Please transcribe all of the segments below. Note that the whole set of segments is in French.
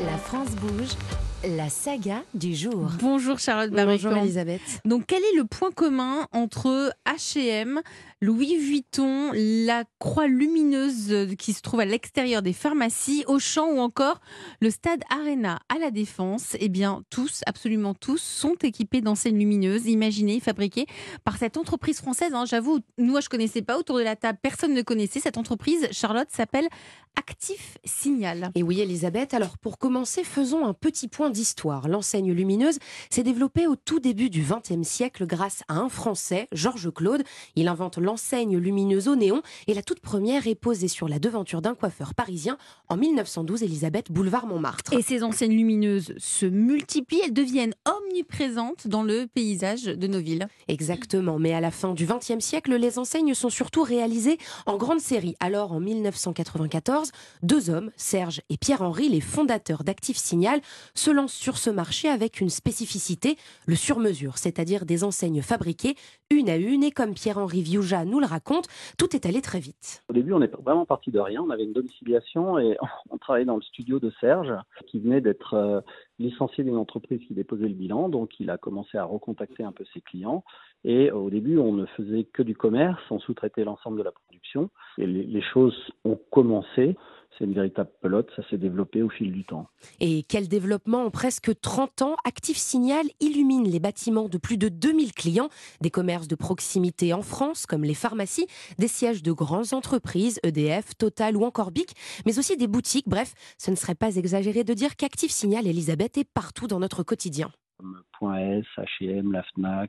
La France bouge, la saga du jour. Bonjour Charlotte Barrican. Bonjour Elisabeth. Donc quel est le point commun entre H&M, Louis Vuitton, la croix lumineuse qui se trouve à l'extérieur des pharmacies, Auchan ou encore le stade Arena à la Défense? Eh bien tous, absolument tous, sont équipés d'enseignes lumineuses, imaginées, fabriquées par cette entreprise française. J'avoue, moi je ne connaissais pas, autour de la table personne ne connaissait. Cette entreprise, Charlotte, s'appelle Actif Signal. Et oui Elisabeth, alors pour commencer, faisons un petit point d'histoire. L'enseigne lumineuse s'est développée au tout début du XXe siècle grâce à un Français, Georges Claude. Il invente l'enseigne lumineuse au néon et la toute première est posée sur la devanture d'un coiffeur parisien en 1912, Elisabeth, boulevard Montmartre. Et ces enseignes lumineuses se multiplient, elles deviennent omniprésentes dans le paysage de nos villes. Exactement, mais à la fin du XXe siècle, les enseignes sont surtout réalisées en grande série. Alors en 1994, deux hommes, Serge et Pierre-Henri, les fondateurs d'Actif Signal, se lancent sur ce marché avec une spécificité, le sur-mesure, c'est-à-dire des enseignes fabriquées une à une. Et comme Pierre-Henri Viouja nous le raconte, tout est allé très vite. Au début, on est vraiment parti de rien. On avait une domiciliation et on travaillait dans le studio de Serge, qui venait d'être licencié d'une entreprise qui déposait le bilan. Donc, il a commencé à recontacter un peu ses clients. Et au début, on ne faisait que du commerce, on sous-traitait l'ensemble de la production. Et les choses ont commencé. C'est une véritable pelote, ça s'est développé au fil du temps. Et quel développement! En presque 30 ans, Actif Signal illumine les bâtiments de plus de 2000 clients, des commerces de proximité en France, comme les pharmacies, des sièges de grandes entreprises, EDF, Total ou encore BIC, mais aussi des boutiques. Bref, ce ne serait pas exagéré de dire qu'Actif Signal, Elisabeth, est partout dans notre quotidien. Comme Point S, H&M, la Fnac,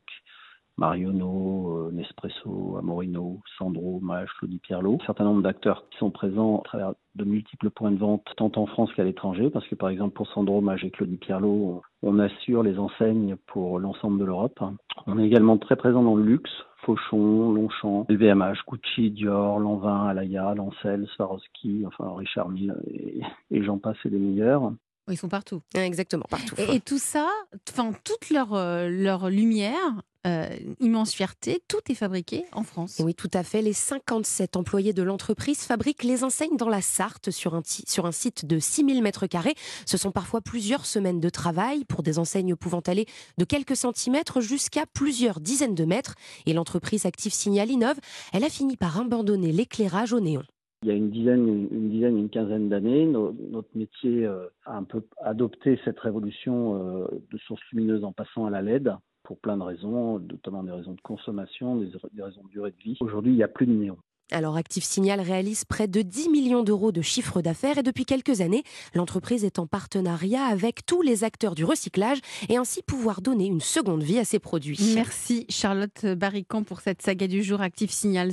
Marionneau, Nespresso, Amorino, Sandro, Mage, Claudie Pierlot. Un certain nombre d'acteurs qui sont présents à travers de multiples points de vente, tant en France qu'à l'étranger, parce que par exemple pour Sandro, Mage et Claudie Pierlot, on assure les enseignes pour l'ensemble de l'Europe. On est également très présent dans le luxe, Fauchon, Longchamp, LVMH, Gucci, Dior, Lanvin, Alaya, Lancel, Swarovski, enfin Richard Mille et j'en passe et des meilleurs. Ils sont partout. Exactement, partout. Et tout ça, toute leur lumière, immense fierté, tout est fabriqué en France. Et oui, tout à fait. Les 57 employés de l'entreprise fabriquent les enseignes dans la Sarthe sur un site de 6000 m². Ce sont parfois plusieurs semaines de travail pour des enseignes pouvant aller de quelques centimètres jusqu'à plusieurs dizaines de mètres. Et l'entreprise Actif Signal innove. Elle a fini par abandonner l'éclairage au néon. Il y a une quinzaine d'années, notre métier a un peu adopté cette révolution de sources lumineuses en passant à la LED pour plein de raisons, notamment des raisons de consommation, des raisons de durée de vie. Aujourd'hui, il n'y a plus de néon. Alors Actif Signal réalise près de 10 millions d'euros de chiffre d'affaires et depuis quelques années, l'entreprise est en partenariat avec tous les acteurs du recyclage et ainsi pouvoir donner une seconde vie à ses produits. Merci Charlotte Barrican pour cette saga du jour Actif Signal.